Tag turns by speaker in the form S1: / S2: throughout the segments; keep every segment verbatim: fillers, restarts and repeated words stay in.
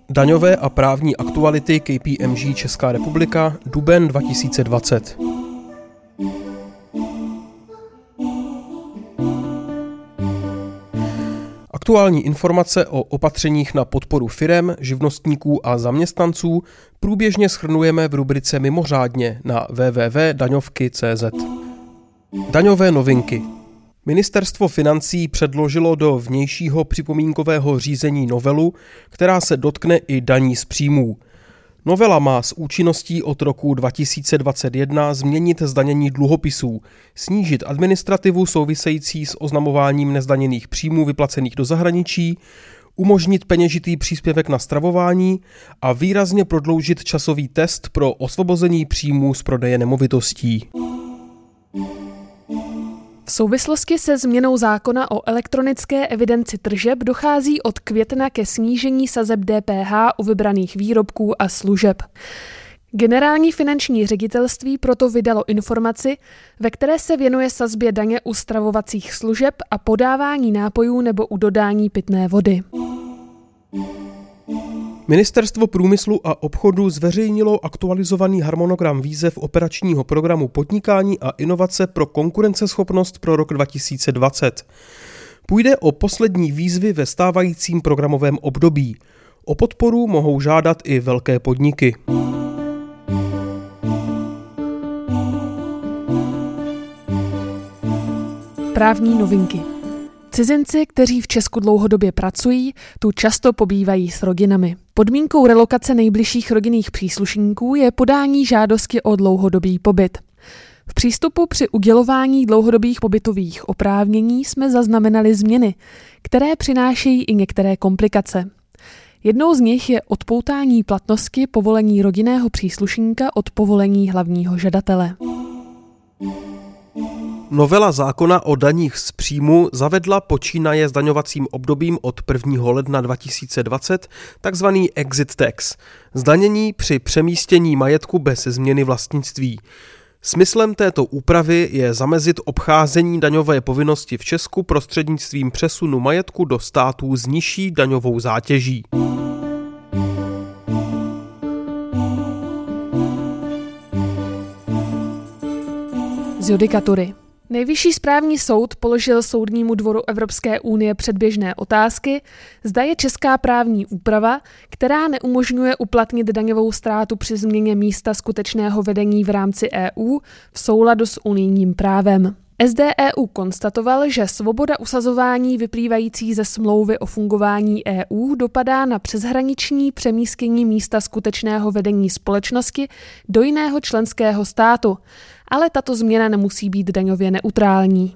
S1: Daňové a právní aktuality K P M G Česká republika, duben dva tisíce dvacet. Aktuální informace o opatřeních na podporu firem, živnostníků a zaměstnanců průběžně shrnujeme v rubrice Mimořádně na w w w tečka daňovky tečka c z. Daňové novinky. Ministerstvo financí předložilo do vnějšího připomínkového řízení novelu, která se dotkne i daní z příjmů. Novela má s účinností od roku dva tisíce dvacet jedna změnit zdanění dluhopisů, snížit administrativu související s oznamováním nezdaněných příjmů vyplacených do zahraničí, umožnit peněžitý příspěvek na stravování a výrazně prodloužit časový test pro osvobození příjmů z prodeje nemovitostí.
S2: V souvislosti se změnou zákona o elektronické evidenci tržeb dochází od května ke snížení sazeb D P H u vybraných výrobků a služeb. Generální finanční ředitelství proto vydalo informaci, ve které se věnuje sazbě daně u stravovacích služeb a podávání nápojů nebo u dodání pitné vody.
S1: Ministerstvo průmyslu a obchodu zveřejnilo aktualizovaný harmonogram výzev operačního programu Podnikání a inovace pro konkurenceschopnost pro rok dva tisíce dvacet. Půjde o poslední výzvy ve stávajícím programovém období. O podporu mohou žádat i velké podniky.
S2: Právní novinky. Cizinci, kteří v Česku dlouhodobě pracují, tu často pobývají s rodinami. Podmínkou relokace nejbližších rodinných příslušníků je podání žádosti o dlouhodobý pobyt. V přístupu při udělování dlouhodobých pobytových oprávnění jsme zaznamenali změny, které přinášejí i některé komplikace. Jednou z nich je odpoutání platnosti povolení rodinného příslušníka od povolení hlavního žadatele.
S1: Novela zákona o daních z příjmu zavedla počínaje zdaňovacím obdobím od prvního ledna dva tisíce dvacet takzvaný exit tax, zdanění při přemístění majetku bez změny vlastnictví. Smyslem této úpravy je zamezit obcházení daňové povinnosti v Česku prostřednictvím přesunu majetku do států s nižší daňovou zátěží.
S2: Z judikatury. Nejvyšší správní soud položil Soudnímu dvoru Evropské unie předběžné otázky, zda je česká právní úprava, která neumožňuje uplatnit daňovou ztrátu při změně místa skutečného vedení v rámci E U v souladu s unijním právem. S D E U konstatoval, že svoboda usazování vyplývající ze smlouvy o fungování E U dopadá na přeshraniční přemístění místa skutečného vedení společnosti do jiného členského státu, ale tato změna nemusí být daňově neutrální.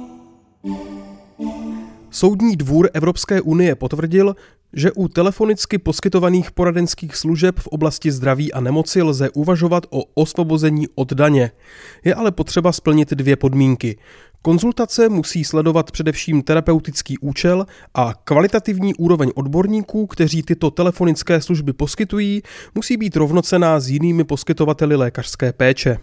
S1: Soudní dvůr Evropské unie potvrdil, že u telefonicky poskytovaných poradenských služeb v oblasti zdraví a nemoci lze uvažovat o osvobození od daně. Je ale potřeba splnit dvě podmínky. Konzultace musí sledovat především terapeutický účel a kvalitativní úroveň odborníků, kteří tyto telefonické služby poskytují, musí být rovnocenná s jinými poskytovateli lékařské péče.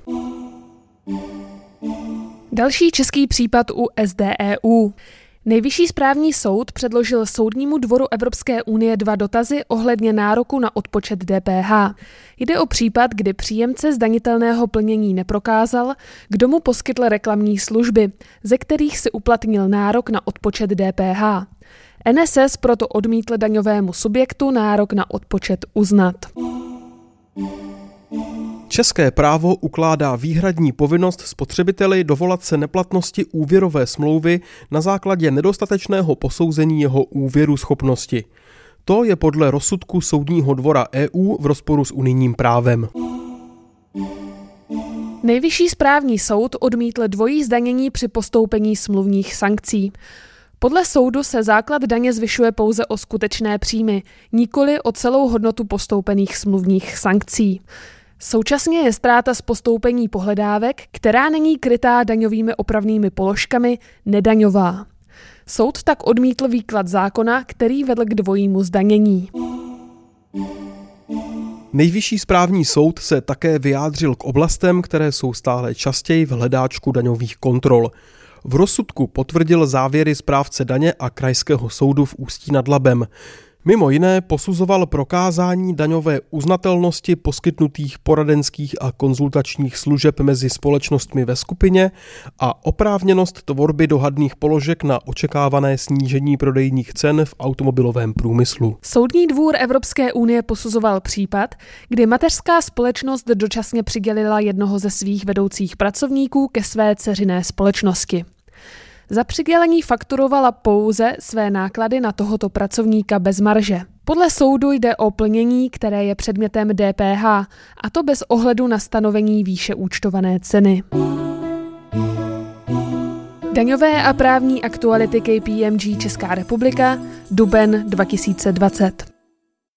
S2: Další český případ u S D E U. Nejvyšší správní soud předložil Soudnímu dvoru Evropské unie dva dotazy ohledně nároku na odpočet D P H. Jde o případ, kdy příjemce zdanitelného plnění neprokázal, kdo mu poskytl reklamní služby, ze kterých si uplatnil nárok na odpočet D P H. N S S proto odmítl daňovému subjektu nárok na odpočet uznat.
S1: České právo ukládá výhradní povinnost spotřebiteli dovolat se neplatnosti úvěrové smlouvy na základě nedostatečného posouzení jeho úvěruschopnosti. To je podle rozsudku Soudního dvora E U v rozporu s unijním právem.
S2: Nejvyšší správní soud odmítl dvojí zdanění při postoupení smluvních sankcí. Podle soudu se základ daně zvyšuje pouze o skutečné příjmy, nikoli o celou hodnotu postoupených smluvních sankcí. Současně je ztráta z postoupení pohledávek, která není krytá daňovými opravnými položkami, nedaňová. Soud tak odmítl výklad zákona, který vedl k dvojímu zdanění.
S1: Nejvyšší správní soud se také vyjádřil k oblastem, které jsou stále častěji v hledáčku daňových kontrol. V rozsudku potvrdil závěry správce daně a krajského soudu v Ústí nad Labem. Mimo jiné posuzoval prokázání daňové uznatelnosti poskytnutých poradenských a konzultačních služeb mezi společnostmi ve skupině a oprávněnost tvorby dohadných položek na očekávané snížení prodejních cen v automobilovém průmyslu.
S2: Soudní dvůr Evropské unie posuzoval případ, kdy mateřská společnost dočasně přidělila jednoho ze svých vedoucích pracovníků ke své dceřiné společnosti. Za přidělení fakturovala pouze své náklady na tohoto pracovníka bez marže. Podle soudu jde o plnění, které je předmětem D P H, a to bez ohledu na stanovení výše účtované ceny. Daňové a právní aktuality K P M G Česká republika, duben dva tisíce dvacet.